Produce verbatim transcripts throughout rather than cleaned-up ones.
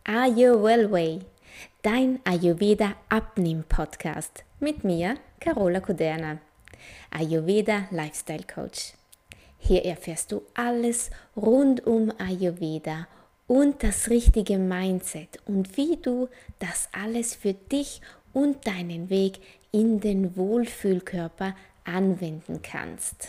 Are You Well Way, dein Ayurveda Abnehm Podcast mit mir, Carola Kuderna, Ayurveda Lifestyle Coach. Hier erfährst du alles rund um Ayurveda und das richtige Mindset und wie du das alles für dich und deinen Weg in den Wohlfühlkörper anwenden kannst.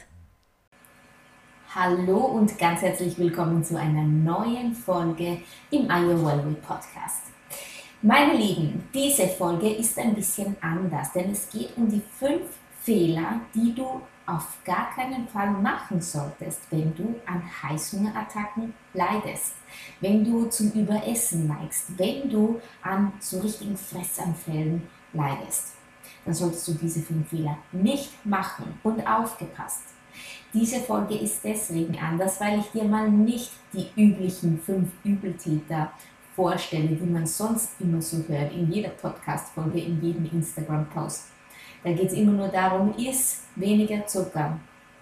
Hallo und ganz herzlich willkommen zu einer neuen Folge im Are You Well Way Podcast. Meine Lieben, diese Folge ist ein bisschen anders, denn es geht um die fünf Fehler, die du auf gar keinen Fall machen solltest, wenn du an Heißhungerattacken leidest, wenn du zum Überessen neigst, wenn du an so richtigen Fressanfällen leidest. Dann solltest du diese fünf Fehler nicht machen und aufgepasst. Diese Folge ist deswegen anders, weil ich dir mal nicht die üblichen fünf Übeltäter vorstelle, die man sonst immer so hört, in jeder Podcast-Folge, in jedem Instagram-Post. Da geht es immer nur darum, iss weniger Zucker,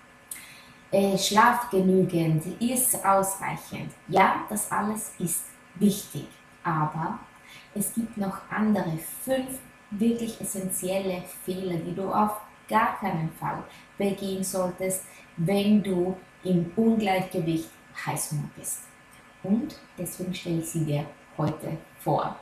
äh, schlaf genügend, iss ausreichend. Ja, das alles ist wichtig, aber es gibt noch andere fünf wirklich essentielle Fehler, die du auf gar keinen Fall begehen solltest, wenn du im Ungleichgewicht Heißhunger bist. Und deswegen stelle ich sie dir heute vor.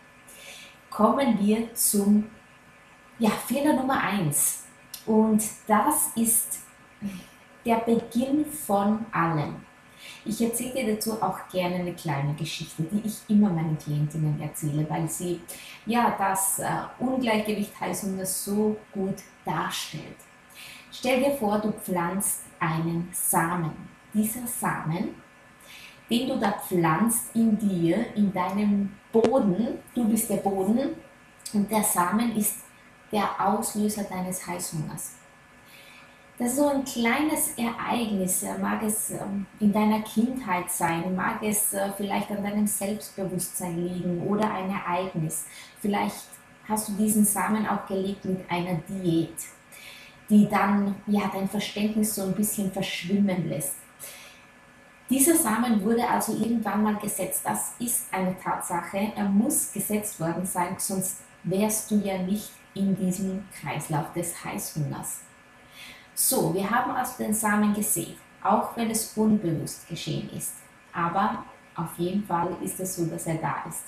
Kommen wir zum ja, Fehler Nummer eins. Und das ist der Beginn von allem. Ich erzähle dir dazu auch gerne eine kleine Geschichte, die ich immer meinen Klientinnen erzähle, weil sie ja das äh, Ungleichgewicht Heißhunger so gut darstellt. Stell dir vor, du pflanzt einen Samen. Dieser Samen, den du da pflanzt in dir, in deinem Boden, du bist der Boden und der Samen ist der Auslöser deines Heißhungers. Das ist so ein kleines Ereignis, mag es in deiner Kindheit sein, mag es vielleicht an deinem Selbstbewusstsein liegen oder ein Ereignis. Vielleicht hast du diesen Samen auch gelegt mit einer Diät, die dann ja, dein Verständnis so ein bisschen verschwimmen lässt. Dieser Samen wurde also irgendwann mal gesetzt. Das ist eine Tatsache. Er muss gesetzt worden sein, sonst wärst du ja nicht in diesem Kreislauf des Heißhungers. So, wir haben also den Samen gesät, auch wenn es unbewusst geschehen ist. Aber auf jeden Fall ist es so, dass er da ist.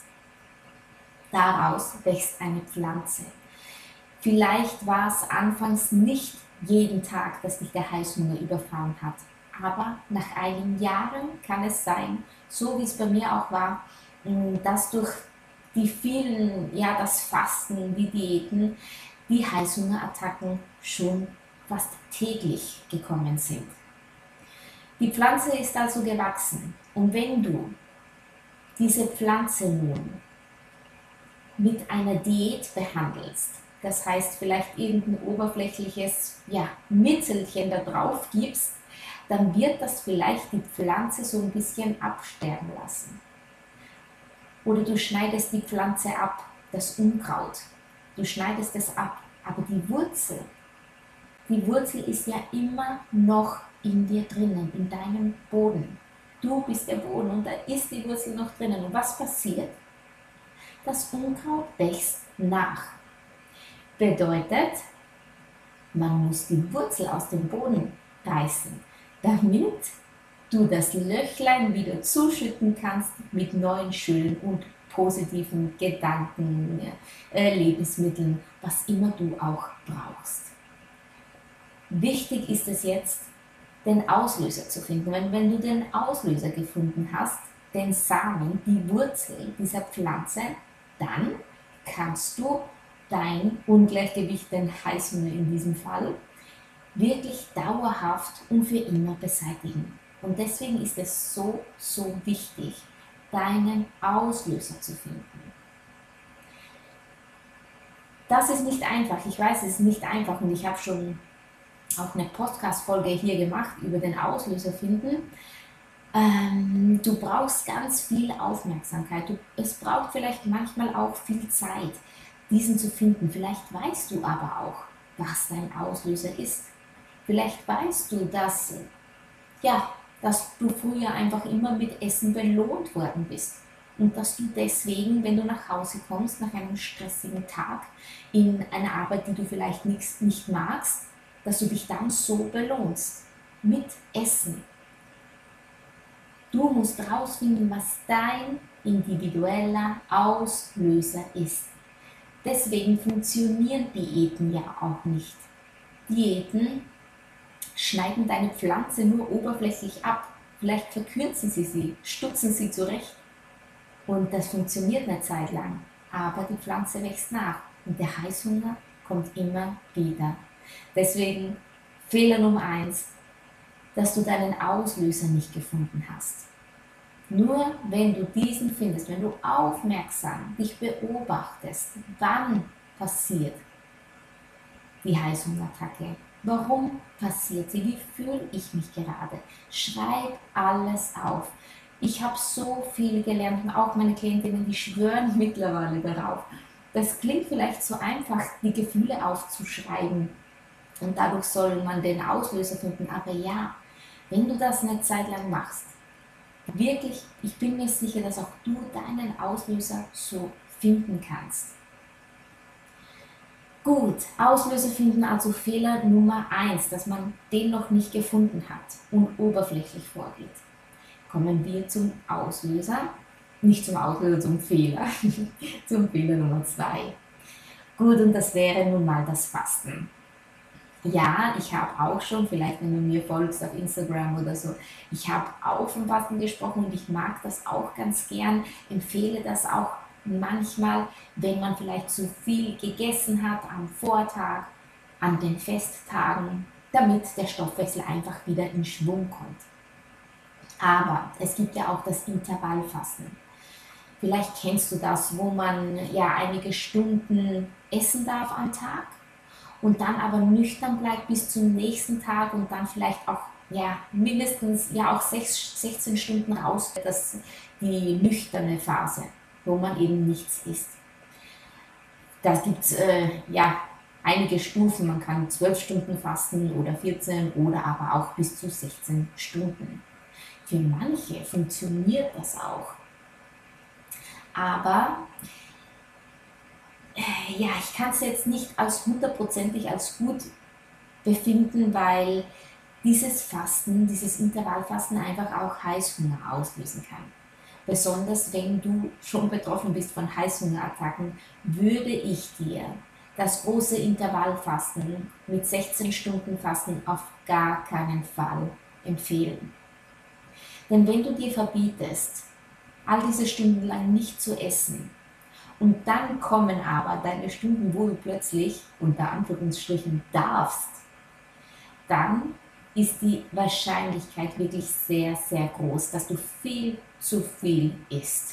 Daraus wächst eine Pflanze. Vielleicht war es anfangs nicht jeden Tag, dass dich der Heißhunger überfahren hat. Aber nach einigen Jahren kann es sein, so wie es bei mir auch war, dass durch die vielen, ja das Fasten, die Diäten, die Heißhungerattacken schon fast täglich gekommen sind. Die Pflanze ist also gewachsen. Und wenn du diese Pflanze nun mit einer Diät behandelst, das heißt vielleicht irgendein oberflächliches ja, Mittelchen da drauf gibst, dann wird das vielleicht die Pflanze so ein bisschen absterben lassen. Oder du schneidest die Pflanze ab, das Unkraut, du schneidest es ab, aber die Wurzel, die Wurzel ist ja immer noch in dir drinnen, in deinem Boden. Du bist der Boden und da ist die Wurzel noch drinnen. Und was passiert? Das Unkraut wächst nach. Bedeutet, man muss die Wurzel aus dem Boden reißen, damit du das Löchlein wieder zuschütten kannst mit neuen, schönen und positiven Gedanken, äh, Lebensmitteln, was immer du auch brauchst. Wichtig ist es jetzt, den Auslöser zu finden. Wenn, wenn du den Auslöser gefunden hast, den Samen, die Wurzel dieser Pflanze, dann kannst du dein Ungleichgewicht, den Heißhunger in diesem Fall, wirklich dauerhaft und für immer beseitigen. Und deswegen ist es so, so wichtig, deinen Auslöser zu finden. Das ist nicht einfach, ich weiß, es ist nicht einfach und ich habe schon auch eine Podcast-Folge hier gemacht über den Auslöser finden. Ähm, du brauchst ganz viel Aufmerksamkeit. Du, es braucht vielleicht manchmal auch viel Zeit, diesen zu finden. Vielleicht weißt du aber auch, was dein Auslöser ist. Vielleicht weißt du, dass, ja, dass du früher einfach immer mit Essen belohnt worden bist. und dass du deswegen, wenn du nach Hause kommst, nach einem stressigen Tag, in einer Arbeit, die du vielleicht nicht, nicht magst, dass du dich dann so belohnst mit Essen. Du musst herausfinden, was dein individueller Auslöser ist. Deswegen funktionieren Diäten ja auch nicht. Diäten schneiden deine Pflanze nur oberflächlich ab. Vielleicht verkürzen sie sie, stutzen sie zurecht. Und das funktioniert eine Zeit lang. Aber die Pflanze wächst nach und der Heißhunger kommt immer wieder. Deswegen Fehler Nummer eins, dass du deinen Auslöser nicht gefunden hast. Nur wenn du diesen findest, wenn du aufmerksam dich beobachtest, wann passiert die Heißhungerattacke, warum passiert sie, wie fühle ich mich gerade, schreib alles auf. Ich habe so viel gelernt und auch meine Klientinnen, die schwören mittlerweile darauf. Das klingt vielleicht so einfach, die Gefühle aufzuschreiben und dadurch soll man den Auslöser finden, aber ja, wenn du das eine Zeit lang machst, wirklich, ich bin mir sicher, dass auch du deinen Auslöser so finden kannst. Gut, Auslöser finden, also Fehler Nummer eins, dass man den noch nicht gefunden hat und oberflächlich vorgeht. Kommen wir zum Auslöser, nicht zum Auslöser, zum Fehler, zum Fehler Nummer zwei. Gut, und das wäre nun mal das Fasten. Ja, ich habe auch schon, vielleicht wenn du mir folgst auf Instagram oder so, ich habe auch vom Fasten gesprochen und ich mag das auch ganz gern, empfehle das auch manchmal, wenn man vielleicht zu viel gegessen hat am Vortag, an den Festtagen, damit der Stoffwechsel einfach wieder in Schwung kommt. Aber es gibt ja auch das Intervallfasten. Vielleicht kennst du das, wo man ja einige Stunden essen darf am Tag und dann aber nüchtern bleibt bis zum nächsten Tag und dann vielleicht auch ja, mindestens ja auch sechzehn Stunden raus, das ist die nüchterne Phase, wo man eben nichts isst. Da gibt es äh, ja einige Stufen, man kann zwölf Stunden fasten oder vierzehn oder aber auch bis zu sechzehn Stunden. Für manche funktioniert das auch. Aber ja, ich kann es jetzt nicht als hundertprozentig als gut befinden, weil dieses Fasten, dieses Intervallfasten einfach auch Heißhunger auslösen kann. Besonders wenn du schon betroffen bist von Heißhungerattacken, würde ich dir das große Intervallfasten mit sechzehn Stunden Fasten auf gar keinen Fall empfehlen. Denn wenn du dir verbietest, all diese Stunden lang nicht zu essen, und dann kommen aber deine Stunden, wo du plötzlich unter Anführungsstrichen darfst, dann ist die Wahrscheinlichkeit wirklich sehr, sehr groß, dass du viel zu viel isst.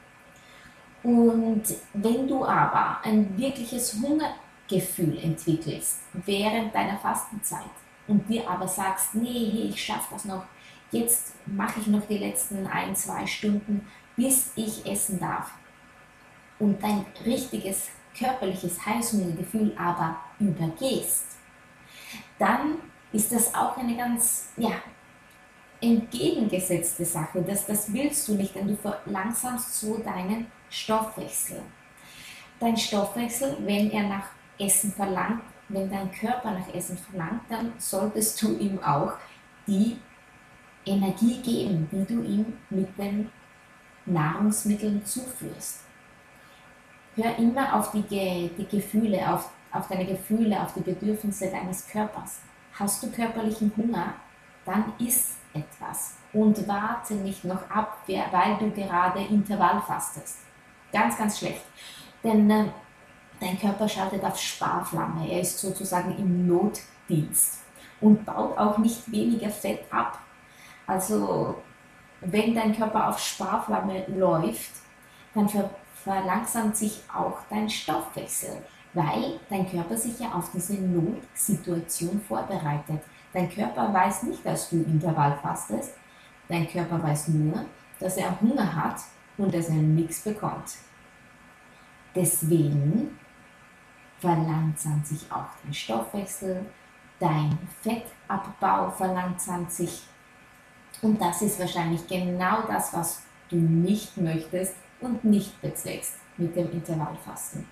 Und wenn du aber ein wirkliches Hungergefühl entwickelst während deiner Fastenzeit und dir aber sagst, nee, hey, ich schaffe das noch, jetzt mache ich noch die letzten ein, zwei Stunden, bis ich essen darf, und dein richtiges körperliches Heißhungergefühl aber übergehst, dann ist das auch eine ganz ja, entgegengesetzte Sache. Das, das willst du nicht, denn du verlangsamst so deinen Stoffwechsel. Dein Stoffwechsel, wenn er nach Essen verlangt, wenn dein Körper nach Essen verlangt, dann solltest du ihm auch die Energie geben, die du ihm mit den Nahrungsmitteln zuführst. Hör immer auf die, die Gefühle, auf, auf deine Gefühle, auf die Bedürfnisse deines Körpers. Hast du körperlichen Hunger, dann iss etwas und warte nicht noch ab, weil du gerade Intervall fastest. Ganz, ganz schlecht. Denn äh, dein Körper schaltet auf Sparflamme. Er ist sozusagen im Notdienst und baut auch nicht weniger Fett ab. Also wenn dein Körper auf Sparflamme läuft, dann ver verlangsamt sich auch dein Stoffwechsel, weil dein Körper sich ja auf diese Notsituation vorbereitet. Dein Körper weiß nicht, dass du Intervall fastest, dein Körper weiß nur, dass er Hunger hat und dass er nichts bekommt. Deswegen verlangsamt sich auch dein Stoffwechsel, dein Fettabbau verlangsamt sich und das ist wahrscheinlich genau das, was du nicht möchtest, und nicht bezweckst mit dem Intervallfasten.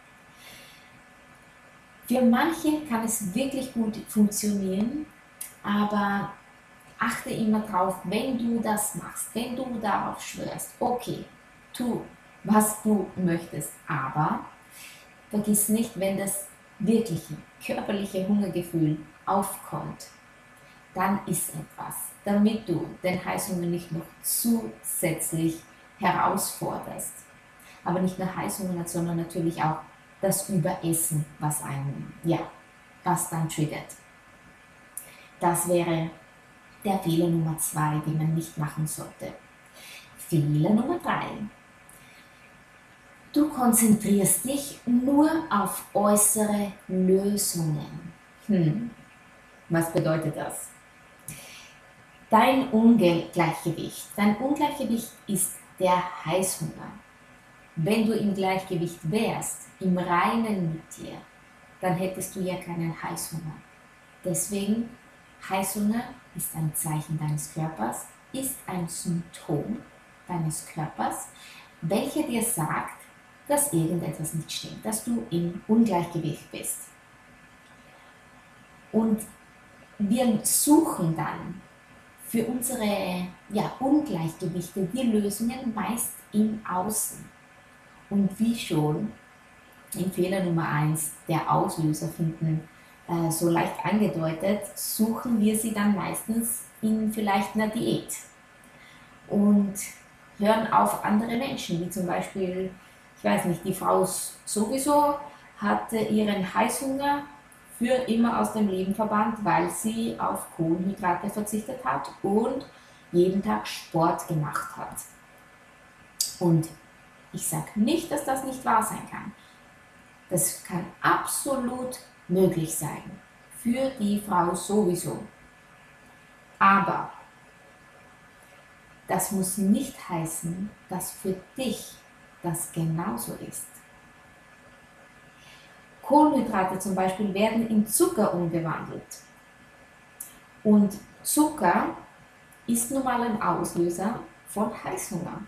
Für manche kann es wirklich gut funktionieren, aber achte immer drauf, wenn du das machst, wenn du darauf schwörst, okay, tu, was du möchtest, aber vergiss nicht, wenn das wirkliche körperliche Hungergefühl aufkommt, dann isst etwas, damit du den Heißhunger nicht noch zusätzlich herausforderst. Aber nicht nur Heißhunger, sondern natürlich auch das Überessen, was einen, ja, was dann triggert. Das wäre der Fehler Nummer zwei, den man nicht machen sollte. Fehler Nummer drei. Du konzentrierst dich nur auf äußere Lösungen. Hm. Was bedeutet das? Dein Ungleichgewicht. Dein Ungleichgewicht ist der Heißhunger. Wenn du im Gleichgewicht wärst, im Reinen mit dir, dann hättest du ja keinen Heißhunger. Deswegen, Heißhunger ist ein Zeichen deines Körpers, ist ein Symptom deines Körpers, welcher dir sagt, dass irgendetwas nicht stimmt, dass du im Ungleichgewicht bist. Und wir suchen dann für unsere ja, Ungleichgewichte die Lösungen meist im Außen. Und wie schon in Fehler Nummer eins, der Auslöser finden, äh, so leicht angedeutet, suchen wir sie dann meistens in vielleicht einer Diät und hören auf andere Menschen, wie zum Beispiel, ich weiß nicht, die Frau sowieso hatte ihren Heißhunger für immer aus dem Leben verbannt, weil sie auf Kohlenhydrate verzichtet hat und jeden Tag Sport gemacht hat. Und ich sage nicht, dass das nicht wahr sein kann. Das kann absolut möglich sein. Für die Frau sowieso. Aber das muss nicht heißen, dass für dich das genauso ist. Kohlenhydrate zum Beispiel werden in Zucker umgewandelt. Und Zucker ist nun mal ein Auslöser von Heißhunger.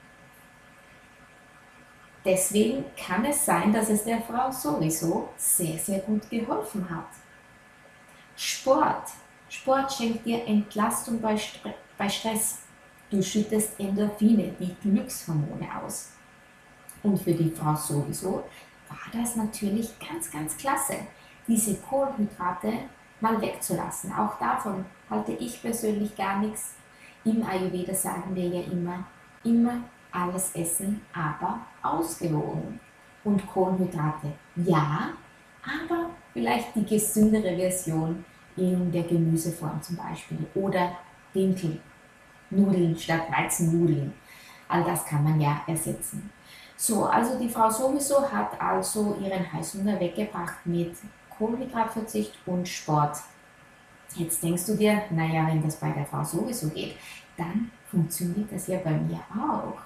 Deswegen kann es sein, dass es der Frau sowieso sehr, sehr gut geholfen hat. Sport. Sport schenkt dir Entlastung bei, St- bei Stress. Du schüttest Endorphine, die Glückshormone aus. Und für die Frau sowieso war das natürlich ganz, ganz klasse, diese Kohlenhydrate mal wegzulassen. Auch davon halte ich persönlich gar nichts. Im Ayurveda sagen wir ja immer, immer alles essen, aber ausgewogen. Und Kohlenhydrate, ja, aber vielleicht die gesündere Version in der Gemüseform zum Beispiel oder Dinkelnudeln statt Weizennudeln. All das kann man ja ersetzen. So, also die Frau sowieso hat also ihren Heißhunger weggebracht mit Kohlenhydratverzicht und Sport. Jetzt denkst du dir, naja, wenn das bei der Frau sowieso geht, dann funktioniert das ja bei mir auch.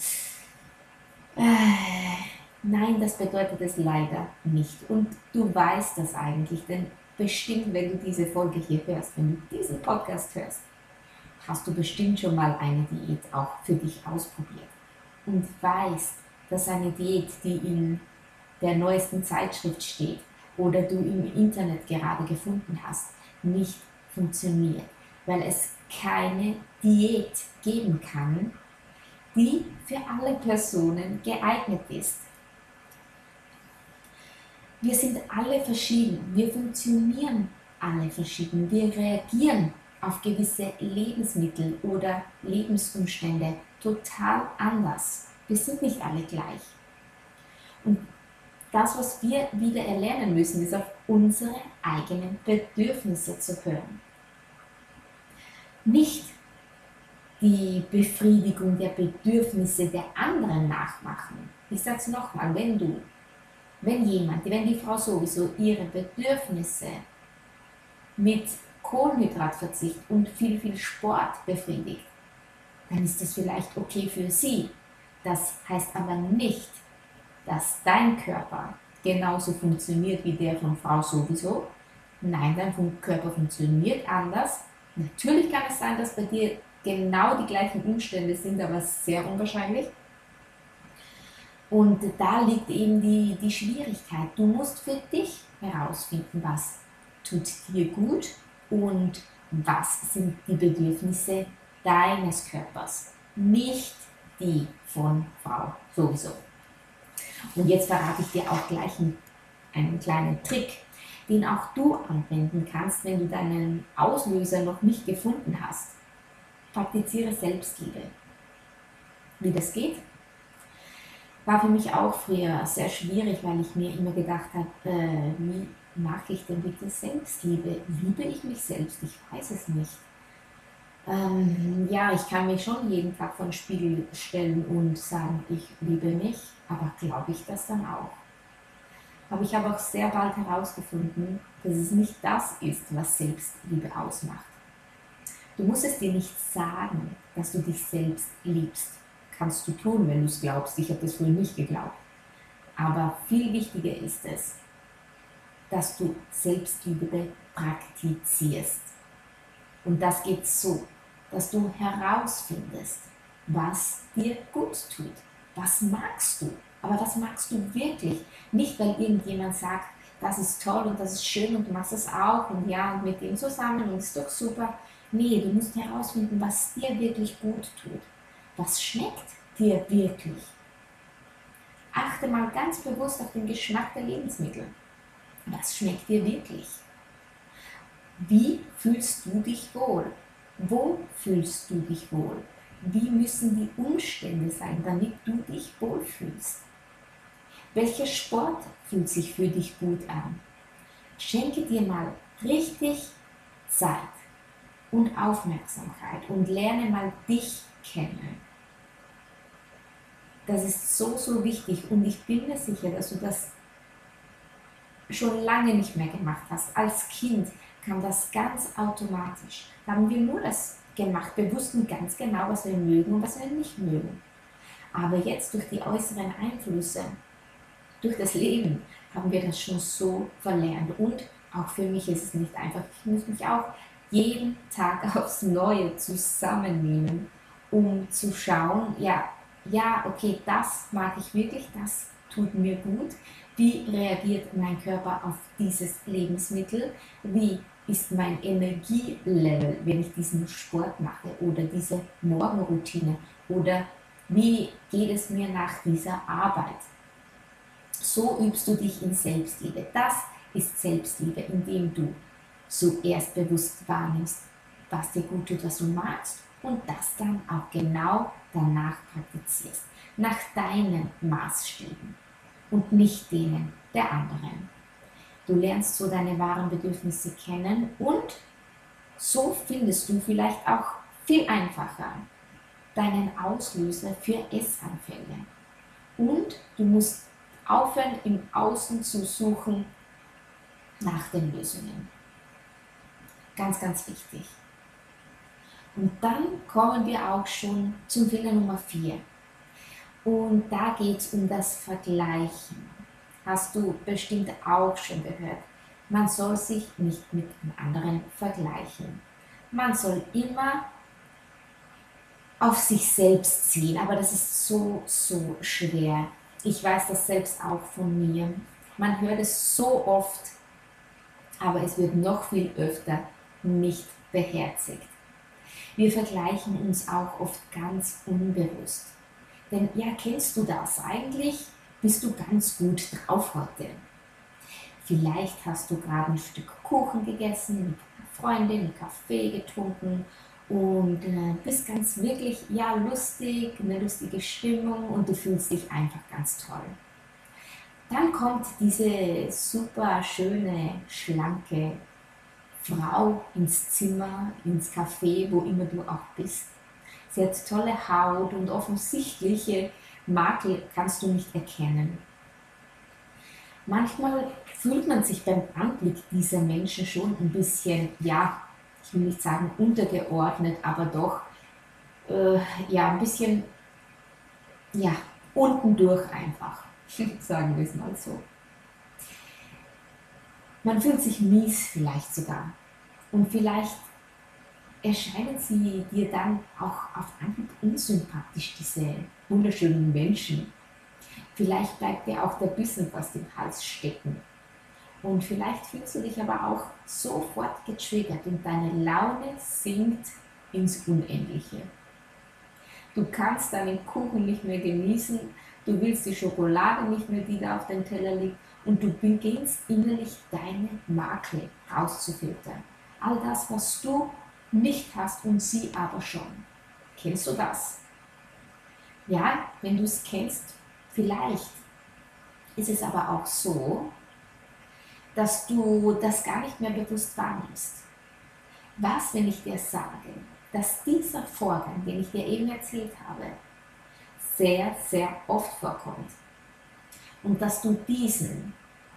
Äh, nein, das bedeutet es leider nicht. Und du weißt das eigentlich, denn bestimmt, wenn du diese Folge hier hörst, wenn du diesen Podcast hörst, hast du bestimmt schon mal eine Diät auch für dich ausprobiert und weißt, dass eine Diät, die in der neuesten Zeitschrift steht oder du im Internet gerade gefunden hast, nicht funktioniert, weil es keine Diät geben kann, die für alle Personen geeignet ist. Wir sind alle verschieden, wir funktionieren alle verschieden, wir reagieren auf gewisse Lebensmittel oder Lebensumstände total anders. Wir sind nicht alle gleich. Und das, was wir wieder erlernen müssen, ist auf unsere eigenen Bedürfnisse zu hören. Nicht die Befriedigung der Bedürfnisse der anderen nachmachen. Ich sage es nochmal, wenn du, wenn jemand, wenn die Frau sowieso ihre Bedürfnisse mit Kohlenhydratverzicht und viel, viel Sport befriedigt, dann ist das vielleicht okay für sie. Das heißt aber nicht, dass dein Körper genauso funktioniert wie der von Frau sowieso. Nein, dein Körper funktioniert anders. Natürlich kann es sein, dass bei dir genau die gleichen Umstände sind, aber sehr unwahrscheinlich. Und da liegt eben die, die Schwierigkeit. Du musst für dich herausfinden, was tut dir gut und was sind die Bedürfnisse deines Körpers, nicht die von Frau sowieso. Und jetzt verrate ich dir auch gleich einen, einen kleinen Trick, den auch du anwenden kannst, wenn du deinen Auslöser noch nicht gefunden hast. Praktiziere Selbstliebe. Wie das geht, war für mich auch früher sehr schwierig, weil ich mir immer gedacht habe, äh, wie mache ich denn bitte Selbstliebe? Liebe ich mich selbst? Ich weiß es nicht. Ähm, ja, ich kann mich schon jeden Tag vor den Spiegel stellen und sagen, ich liebe mich, aber glaube ich das dann auch? Aber ich habe auch sehr bald herausgefunden, dass es nicht das ist, was Selbstliebe ausmacht. Du musst es dir nicht sagen, dass du dich selbst liebst. Kannst du tun, wenn du es glaubst. Ich habe das früher nicht geglaubt. Aber viel wichtiger ist es, dass du Selbstliebe praktizierst. Und das geht so, dass du herausfindest, was dir gut tut. Was magst du? Aber was magst du wirklich? Nicht, weil irgendjemand sagt, das ist toll und das ist schön und du machst es auch und ja, und mit dem zusammen und ist doch super. Nee, du musst herausfinden, was dir wirklich gut tut. Was schmeckt dir wirklich? Achte mal ganz bewusst auf den Geschmack der Lebensmittel. Was schmeckt dir wirklich? Wie fühlst du dich wohl? Wo fühlst du dich wohl? Wie müssen die Umstände sein, damit du dich wohlfühlst? Welcher Sport fühlt sich für dich gut an? Schenke dir mal richtig Zeit und Aufmerksamkeit und lerne mal dich kennen. Das ist so, so wichtig und ich bin mir sicher, dass du das schon lange nicht mehr gemacht hast. Als Kind kam das ganz automatisch. Da haben wir nur das gemacht. Wir wussten ganz genau, was wir mögen und was wir nicht mögen. Aber jetzt durch die äußeren Einflüsse, durch das Leben, haben wir das schon so verlernt. Und auch für mich ist es nicht einfach. Ich muss mich auch jeden Tag aufs Neue zusammennehmen, um zu schauen, ja, ja, okay, das mag ich wirklich, das tut mir gut. Wie reagiert mein Körper auf dieses Lebensmittel? Wie ist mein Energielevel, wenn ich diesen Sport mache oder diese Morgenroutine? Oder wie geht es mir nach dieser Arbeit? So übst du dich in Selbstliebe. Das ist Selbstliebe, indem du zuerst bewusst wahrnimmst, was dir gut tut, was du magst und das dann auch genau danach praktizierst, nach deinen Maßstäben und nicht denen der anderen. Du lernst so deine wahren Bedürfnisse kennen und so findest du vielleicht auch viel einfacher deinen Auslöser für Essanfälle. Und du musst aufhören, im Außen zu suchen nach den Lösungen. Ganz, ganz wichtig. Und dann kommen wir auch schon zum Fehler Nummer vier. Und da geht es um das Vergleichen. Hast du bestimmt auch schon gehört. Man soll sich nicht mit anderen vergleichen. Man soll immer auf sich selbst ziehen, aber das ist so, so schwer. Ich weiß das selbst auch von mir. Man hört es so oft, aber es wird noch viel öfter nicht beherzigt. Wir vergleichen uns auch oft ganz unbewusst. Denn ja, kennst du das? Eigentlich bist du ganz gut drauf heute. Vielleicht hast du gerade ein Stück Kuchen gegessen, mit einer Freundin, einen Kaffee getrunken und äh, bist ganz wirklich, ja, lustig, eine lustige Stimmung und du fühlst dich einfach ganz toll. Dann kommt diese super schöne, schlanke Frau ins Zimmer, ins Café, wo immer du auch bist. Sie hat tolle Haut und offensichtliche Makel kannst du nicht erkennen. Manchmal fühlt man sich beim Anblick dieser Menschen schon ein bisschen, ja, ich will nicht sagen untergeordnet, aber doch, äh, ja, ein bisschen, ja, unten durch einfach, sagen wir es mal so. Man fühlt sich mies vielleicht sogar und vielleicht erscheinen sie dir dann auch auf Anhieb unsympathisch, diese wunderschönen Menschen. Vielleicht bleibt dir auch der Bissen fast im Hals stecken. Und vielleicht fühlst du dich aber auch sofort getriggert und deine Laune sinkt ins Unendliche. Du kannst deinen Kuchen nicht mehr genießen, du willst die Schokolade nicht mehr, die da auf dem Teller liegt, und du beginnst innerlich deine Makel rauszufiltern. All das, was du nicht hast und sie aber schon. Kennst du das? Ja, wenn du es kennst, vielleicht ist es aber auch so, dass du das gar nicht mehr bewusst wahrnimmst. Was, wenn ich dir sage, dass dieser Vorgang, den ich dir eben erzählt habe, sehr, sehr oft vorkommt und dass du diesen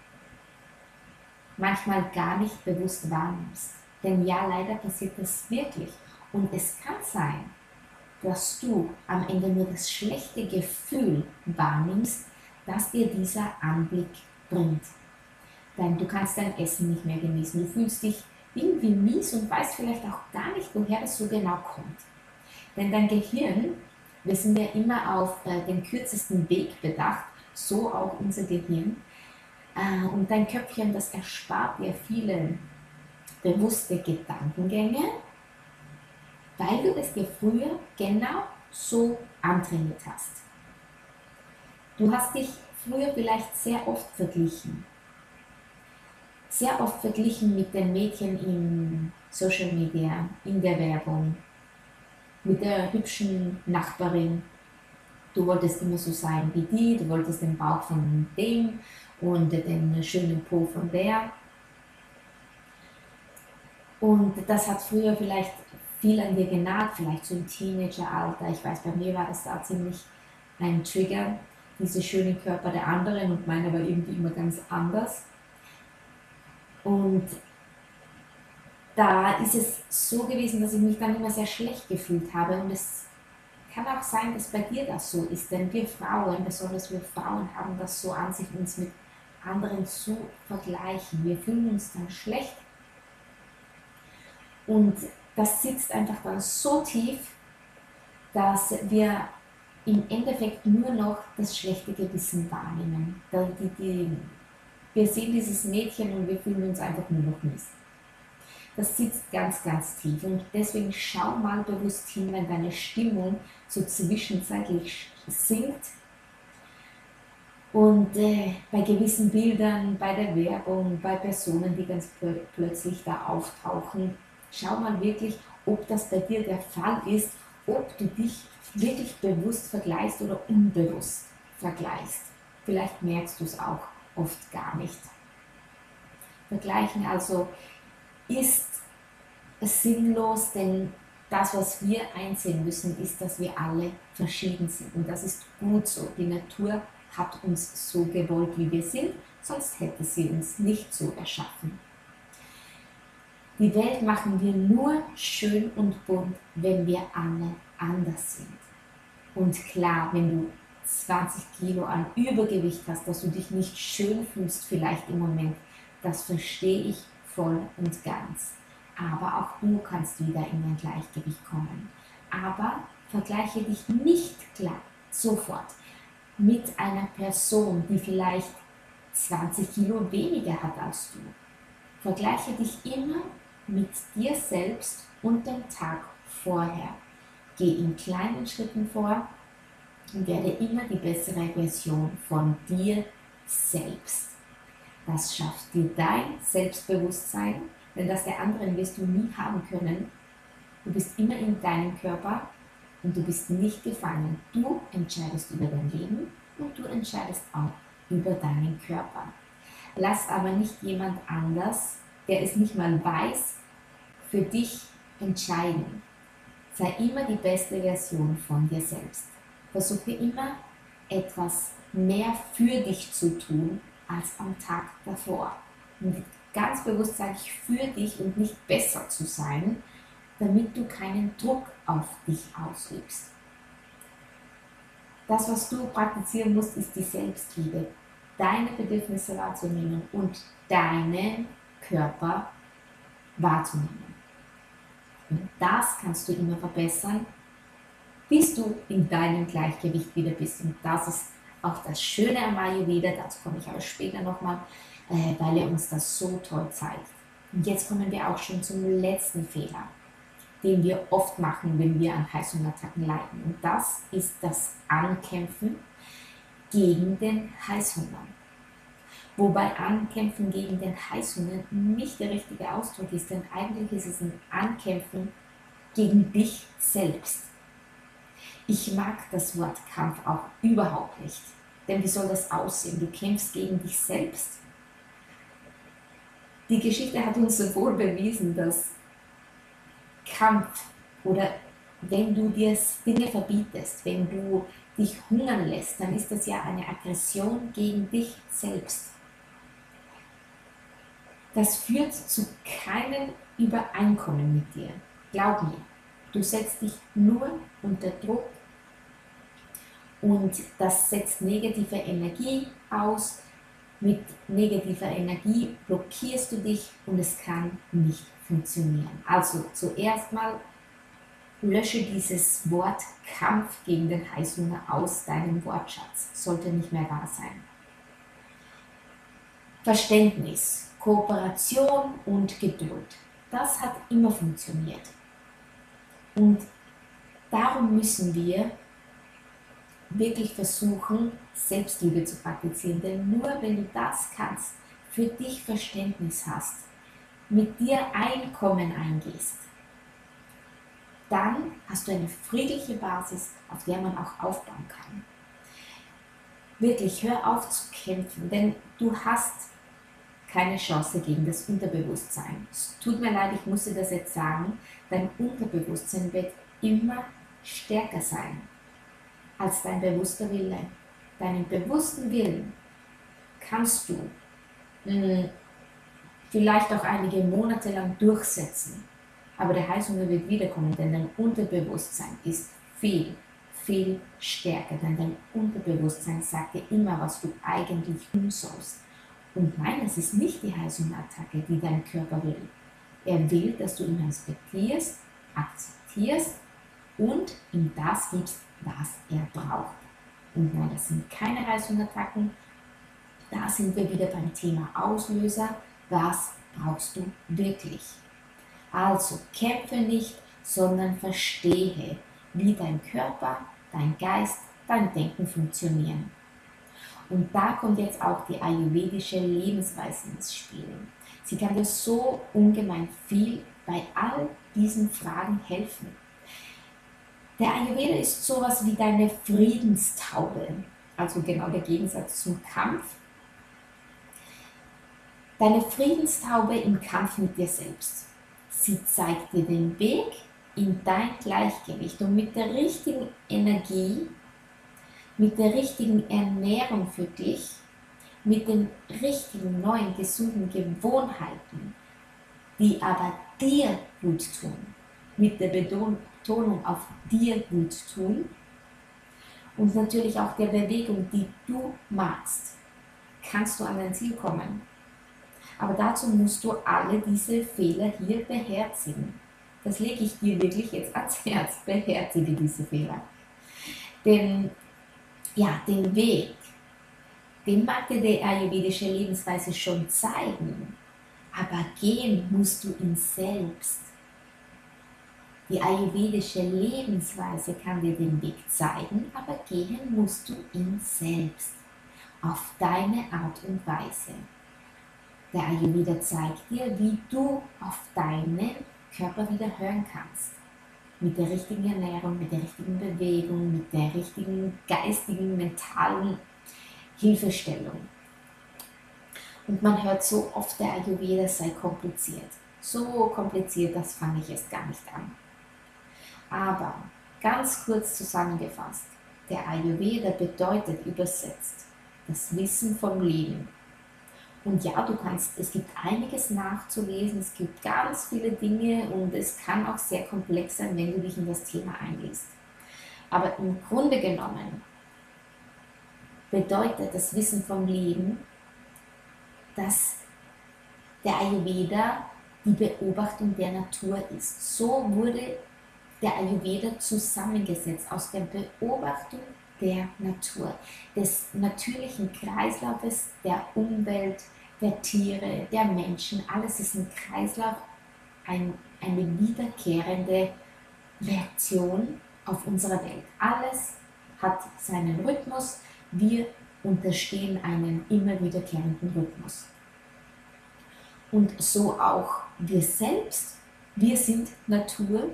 manchmal gar nicht bewusst wahrnimmst. Denn ja, leider passiert das wirklich. Und es kann sein, dass du am Ende nur das schlechte Gefühl wahrnimmst, das dir dieser Anblick bringt. Denn du kannst dein Essen nicht mehr genießen. Du fühlst dich irgendwie mies und weißt vielleicht auch gar nicht, woher das so genau kommt. Denn dein Gehirn, wir sind ja immer auf äh, den kürzesten Weg bedacht, so auch unser Gehirn. Äh, und dein Köpfchen, das erspart dir viele bewusste Gedankengänge, weil du es dir früher genau so antrainiert hast. Du hast dich früher vielleicht sehr oft verglichen. Sehr oft verglichen mit den Mädchen in Social Media, in der Werbung, mit der hübschen Nachbarin. Du wolltest immer so sein wie die, du wolltest den Bauch von dem und den schönen Po von der. Und das hat früher vielleicht viel an dir genagt, vielleicht so im Teenageralter. Ich weiß, bei mir war das da ziemlich ein Trigger, diese schönen Körper der anderen, und meiner war irgendwie immer ganz anders. Und da ist es so gewesen, dass ich mich dann immer sehr schlecht gefühlt habe. Und es kann auch sein, dass bei dir das so ist, denn wir Frauen, besonders wir Frauen, haben das so an sich, uns mit anderen zu vergleichen. Wir fühlen uns dann schlecht und das sitzt einfach dann so tief, dass wir im Endeffekt nur noch das schlechte Gewissen wahrnehmen. Die, die, wir sehen dieses Mädchen und wir fühlen uns einfach nur noch mies. Das sitzt ganz, ganz tief, und deswegen schau mal bewusst hin, wenn deine Stimmung so zwischenzeitlich sinkt und äh, bei gewissen Bildern, bei der Werbung, bei Personen, die ganz pl- plötzlich da auftauchen. Schau mal wirklich, ob das bei dir der Fall ist, ob du dich wirklich bewusst vergleichst oder unbewusst vergleichst. Vielleicht merkst du es auch oft gar nicht. Vergleichen also ist sinnlos, denn das, was wir einsehen müssen, ist, dass wir alle verschieden sind. Und das ist gut so. Die Natur hat uns so gewollt, wie wir sind, sonst hätte sie uns nicht so erschaffen. Die Welt machen wir nur schön und bunt, wenn wir alle anders sind. Und klar, wenn du zwanzig Kilo an Übergewicht hast, dass du dich nicht schön fühlst, vielleicht im Moment, das verstehe ich voll und ganz. Aber auch du kannst wieder in ein Gleichgewicht kommen. Aber vergleiche dich nicht klar sofort mit einer Person, die vielleicht zwanzig Kilo weniger hat als du. Vergleiche dich immer mit dir selbst und dem Tag vorher. Geh in kleinen Schritten vor und werde immer die bessere Version von dir selbst. Das schafft dir dein Selbstbewusstsein, denn das der anderen wirst du nie haben können. Du bist immer in deinem Körper und du bist nicht gefangen. Du entscheidest über dein Leben und du entscheidest auch über deinen Körper. Lass aber nicht jemand anders, der es nicht mal weiß, für dich entscheiden. Sei immer die beste Version von dir selbst. Versuche immer etwas mehr für dich zu tun als am Tag davor. Und ganz bewusst sage ich für dich und nicht besser zu sein, damit du keinen Druck auf dich ausübst. Das, was du praktizieren musst, ist die Selbstliebe. Deine Bedürfnisse wahrzunehmen und deinen Körper wahrzunehmen. Und das kannst du immer verbessern, bis du in deinem Gleichgewicht wieder bist. Und das ist auch das Schöne am Ayurveda, dazu komme ich aber später nochmal, äh, weil er uns das so toll zeigt. Und jetzt kommen wir auch schon zum letzten Fehler, den wir oft machen, wenn wir an Heißhungerattacken leiden. Und das ist das Ankämpfen gegen den Heißhunger. Wobei Ankämpfen gegen den Heißhunger nicht der richtige Ausdruck ist, denn eigentlich ist es ein Ankämpfen gegen dich selbst. Ich mag das Wort Kampf auch überhaupt nicht, denn wie soll das aussehen? Du kämpfst gegen dich selbst. Die Geschichte hat uns sowohl bewiesen, dass Kampf oder wenn du dir Dinge verbietest, wenn du dich hungern lässt, dann ist das ja eine Aggression gegen dich selbst. Das führt zu keinem Übereinkommen mit dir. Glaub mir, du setzt dich nur unter Druck und das setzt negative Energie aus. Mit negativer Energie blockierst du dich und es kann nicht funktionieren. Also zuerst mal lösche dieses Wort Kampf gegen den Heißhunger aus deinem Wortschatz. Sollte nicht mehr da sein. Verständnis, Kooperation und Geduld. Das hat immer funktioniert. Und darum müssen wir wirklich versuchen, Selbstliebe zu praktizieren. Denn nur wenn du das kannst, für dich Verständnis hast, mit dir Einkommen eingehst, dann hast du eine friedliche Basis, auf der man auch aufbauen kann. Wirklich, hör auf zu kämpfen, denn du hast keine Chance gegen das Unterbewusstsein. Es tut mir leid, ich muss dir das jetzt sagen, dein Unterbewusstsein wird immer stärker sein als dein bewusster Wille. Deinen bewussten Willen kannst du mh, vielleicht auch einige Monate lang durchsetzen, aber der Heißhunger wird wiederkommen, denn dein Unterbewusstsein ist viel, viel stärker, denn dein Unterbewusstsein sagt dir immer, was du eigentlich tun sollst. Und nein, es ist nicht die Heißhungerattacke, die dein Körper will. Er will, dass du ihn respektierst, akzeptierst und ihm das gibst, was er braucht. Und nein, das sind keine Heißhungerattacken. Da sind wir wieder beim Thema Auslöser. Was brauchst du wirklich? Also kämpfe nicht, sondern verstehe, wie dein Körper, dein Geist, dein Denken funktionieren. Und da kommt jetzt auch die ayurvedische Lebensweise ins Spiel. Sie kann dir so ungemein viel bei all diesen Fragen helfen. Der Ayurveda ist sowas wie deine Friedenstaube, also genau der Gegensatz zum Kampf. Deine Friedenstaube im Kampf mit dir selbst. Sie zeigt dir den Weg in dein Gleichgewicht und mit der richtigen Energie, mit der richtigen Ernährung für dich, mit den richtigen neuen, gesunden Gewohnheiten, die aber dir gut tun, mit der Betonung auf dir gut tun und natürlich auch der Bewegung, die du magst, kannst du an dein Ziel kommen. Aber dazu musst du alle diese Fehler hier beherzigen. Das lege ich dir wirklich jetzt ans Herz. Beherzige diese Fehler. Denn ja, den Weg, den mag dir die ayurvedische Lebensweise schon zeigen, aber gehen musst du ihn selbst. Die ayurvedische Lebensweise kann dir den Weg zeigen, aber gehen musst du ihn selbst, auf deine Art und Weise. Der Ayurveda zeigt dir, wie du auf deinen Körper wieder hören kannst. Mit der richtigen Ernährung, mit der richtigen Bewegung, mit der richtigen geistigen, mentalen Hilfestellung. Und man hört so oft, der Ayurveda sei kompliziert. So kompliziert, das fange ich erst gar nicht an. Aber ganz kurz zusammengefasst, der Ayurveda bedeutet übersetzt das Wissen vom Leben. Und ja, du kannst, es gibt einiges nachzulesen, es gibt ganz viele Dinge und es kann auch sehr komplex sein, wenn du dich in das Thema einliest. Aber im Grunde genommen bedeutet das Wissen vom Leben, dass der Ayurveda die Beobachtung der Natur ist. So wurde der Ayurveda zusammengesetzt aus der Beobachtung der Natur, des natürlichen Kreislaufes, der Umwelt, der Tiere, der Menschen. Alles ist ein Kreislauf, ein, eine wiederkehrende Reaktion auf unsere Welt. Alles hat seinen Rhythmus, wir unterstehen einem immer wiederkehrenden Rhythmus. Und so auch wir selbst, wir sind Natur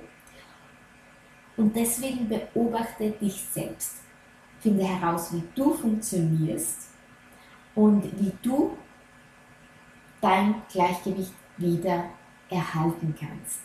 und deswegen beobachte dich selbst. Finde heraus, wie du funktionierst und wie du dein Gleichgewicht wieder erhalten kannst.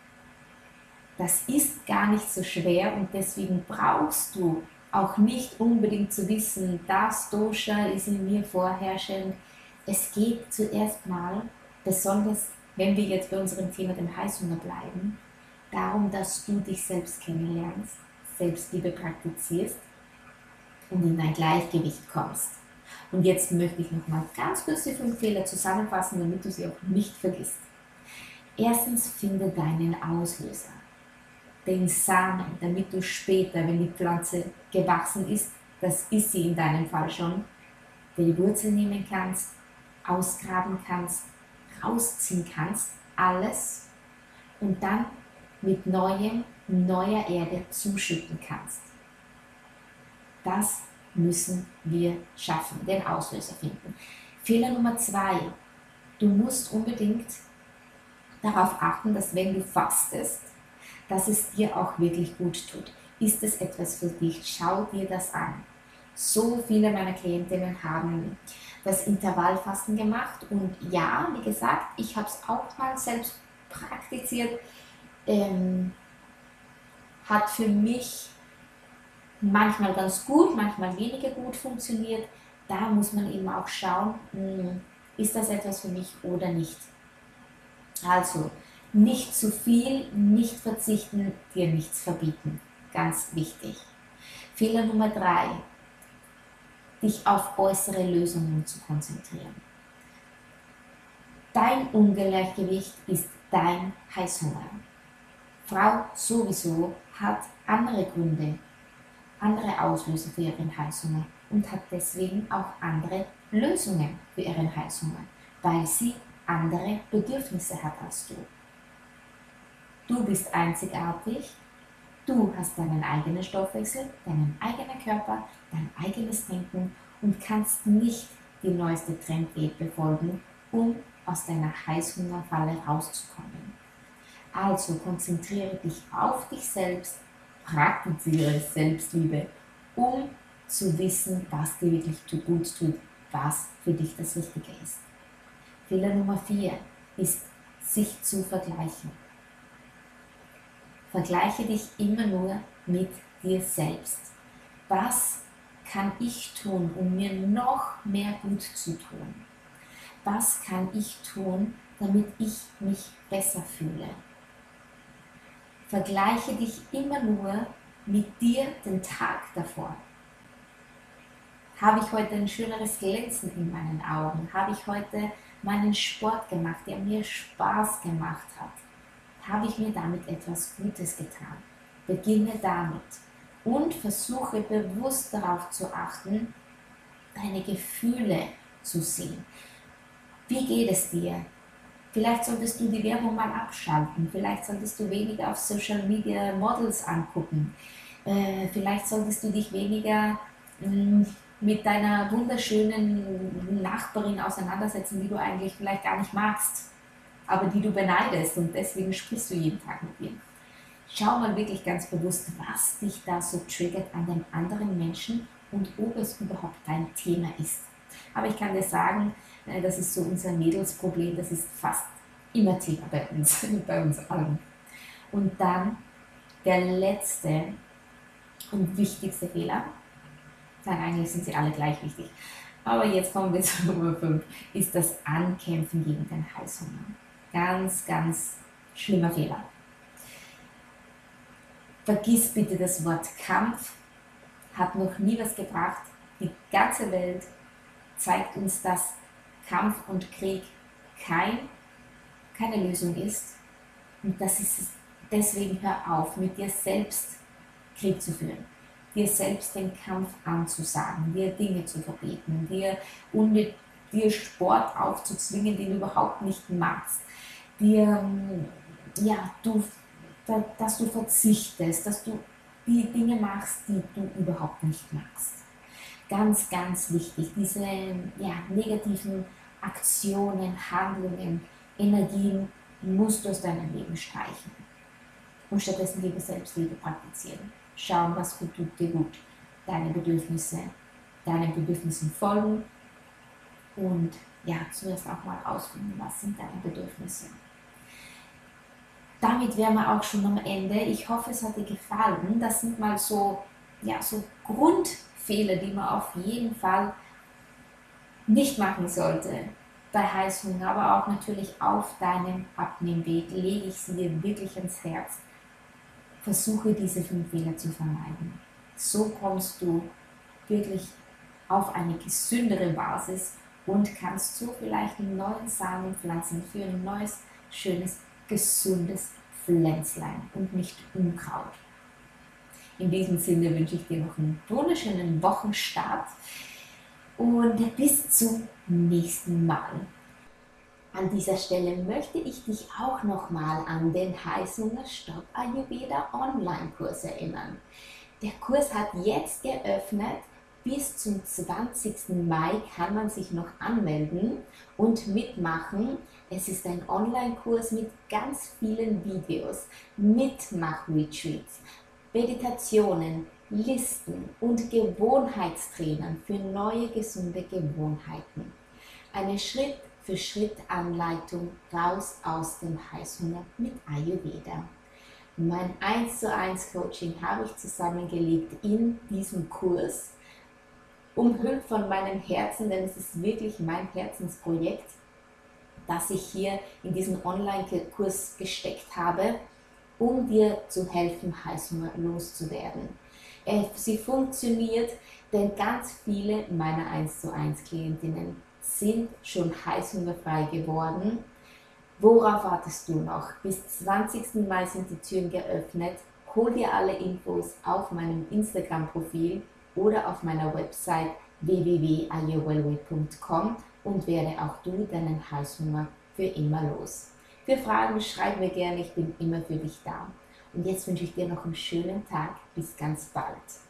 Das ist gar nicht so schwer und deswegen brauchst du auch nicht unbedingt zu wissen, das Dosha ist in mir vorherrschend. Es geht zuerst mal, besonders wenn wir jetzt bei unserem Thema dem Heißhunger bleiben, darum, dass du dich selbst kennenlernst, Selbstliebe praktizierst und in dein Gleichgewicht kommst. Und jetzt möchte ich nochmal ganz kurz die fünf Fehler zusammenfassen, damit du sie auch nicht vergisst. Erstens, finde deinen Auslöser, den Samen, damit du später, wenn die Pflanze gewachsen ist, das ist sie in deinem Fall schon, die Wurzel nehmen kannst, ausgraben kannst, rausziehen kannst, alles und dann mit neuem, neuer Erde zuschütten kannst. Das müssen wir schaffen, den Auslöser finden. Fehler Nummer zwei, du musst unbedingt darauf achten, dass wenn du fastest, dass es dir auch wirklich gut tut. Ist es etwas für dich? Schau dir das an. So viele meiner Klientinnen haben das Intervallfasten gemacht und ja, wie gesagt, ich habe es auch mal selbst praktiziert, ähm, hat für mich manchmal ganz gut, manchmal weniger gut funktioniert. Da muss man eben auch schauen, mh, ist das etwas für mich oder nicht. Also, nicht zu viel, nicht verzichten, dir nichts verbieten. Ganz wichtig. Fehler Nummer drei, dich auf äußere Lösungen zu konzentrieren. Dein Ungleichgewicht ist dein Heißhunger. Frau sowieso hat andere Gründe, andere Auslöser für ihren Heißhunger und hat deswegen auch andere Lösungen für ihren Heißhunger, weil sie andere Bedürfnisse hat als du. Du bist einzigartig, du hast deinen eigenen Stoffwechsel, deinen eigenen Körper, dein eigenes Denken und kannst nicht die neueste Trenddiät befolgen, um aus deiner Heißhungerfalle rauszukommen. Also konzentriere dich auf dich selbst, praktiziere Selbstliebe, um zu wissen, was dir wirklich gut tut, was für dich das Richtige ist. Fehler Nummer vier ist, sich zu vergleichen. Vergleiche dich immer nur mit dir selbst. Was kann ich tun, um mir noch mehr gut zu tun? Was kann ich tun, damit ich mich besser fühle? Vergleiche dich immer nur mit dir den Tag davor. Habe ich heute ein schöneres Glänzen in meinen Augen? Habe ich heute meinen Sport gemacht, der mir Spaß gemacht hat? Habe ich mir damit etwas Gutes getan? Beginne damit und versuche bewusst darauf zu achten, deine Gefühle zu sehen. Wie geht es dir? Vielleicht solltest du die Werbung mal abschalten, vielleicht solltest du weniger auf Social Media Models angucken, äh, vielleicht solltest du dich weniger mh, mit deiner wunderschönen Nachbarin auseinandersetzen, die du eigentlich vielleicht gar nicht magst, aber die du beneidest und deswegen sprichst du jeden Tag mit ihr. Schau mal wirklich ganz bewusst, was dich da so triggert an den anderen Menschen und ob es überhaupt dein Thema ist. Aber ich kann dir sagen, das ist so unser Mädelsproblem, das ist fast immer Thema bei uns, bei uns allen. Und dann der letzte und wichtigste Fehler, nein, eigentlich sind sie alle gleich wichtig, aber jetzt kommen wir zu Nummer fünf, ist das Ankämpfen gegen den Heißhunger. Ganz, ganz schlimmer Fehler. Vergiss bitte das Wort Kampf, hat noch nie was gebracht. Die ganze Welt zeigt uns, dass Kampf und Krieg kein, keine Lösung ist. Und das ist es. Deswegen hör auf, mit dir selbst Krieg zu führen. dir selbst den Kampf anzusagen, dir Dinge zu verbieten, dir, und dir Sport aufzuzwingen, den du überhaupt nicht magst, dir, ja, du, dass du verzichtest, dass du die Dinge machst, die du überhaupt nicht magst. Ganz, ganz wichtig, diese ja, negativen Aktionen, Handlungen, Energien musst du aus deinem Leben streichen und stattdessen Liebe, Selbstliebe praktizieren. Schauen, was tut dir gut, deine Bedürfnisse, deinen Bedürfnissen folgen und ja, zuerst auch mal rausfinden, was sind deine Bedürfnisse. Damit wären wir auch schon am Ende. Ich hoffe, es hat dir gefallen. Das sind mal so, ja, so Grundfehler, die man auf jeden Fall nicht machen sollte bei Heißhunger, aber auch natürlich auf deinem Abnehmweg lege ich sie dir wirklich ans Herz. Versuche diese fünf Fehler zu vermeiden. So kommst du wirklich auf eine gesündere Basis und kannst so vielleicht einen neuen Samen pflanzen für ein neues, schönes, gesundes Pflänzlein und nicht Unkraut. In diesem Sinne wünsche ich dir noch einen wunderschönen Wochenstart und bis zum nächsten Mal. An dieser Stelle möchte ich dich auch nochmal an den Heißhunger Stopp Ayurveda Online-Kurs erinnern. Der Kurs hat jetzt geöffnet. Bis zum zwanzigsten Mai kann man sich noch anmelden und mitmachen. Es ist ein Online-Kurs mit ganz vielen Videos, Mitmach-Retreats, Meditationen, Listen und Gewohnheitstrainern für neue gesunde Gewohnheiten. Eine Schritt-für-Schritt-Anleitung raus aus dem Heißhunger mit Ayurveda. Mein eins zu eins Coaching habe ich zusammengelegt in diesem Kurs, umhüllt von meinem Herzen, denn es ist wirklich mein Herzensprojekt, das ich hier in diesen Online-Kurs gesteckt habe, um dir zu helfen, Heißhunger loszuwerden. Sie funktioniert, denn ganz viele meiner eins zu eins Klientinnen sind schon heißhungerfrei geworden. Worauf wartest du noch? Bis zwanzigsten Mai sind die Türen geöffnet. Hol dir alle Infos auf meinem Instagram-Profil oder auf meiner Website w w w punkt ayurwellway punkt com und werde auch du deinen Heißhunger für immer los. Für Fragen schreib mir gerne, ich bin immer für dich da. Und jetzt wünsche ich dir noch einen schönen Tag. Bis ganz bald.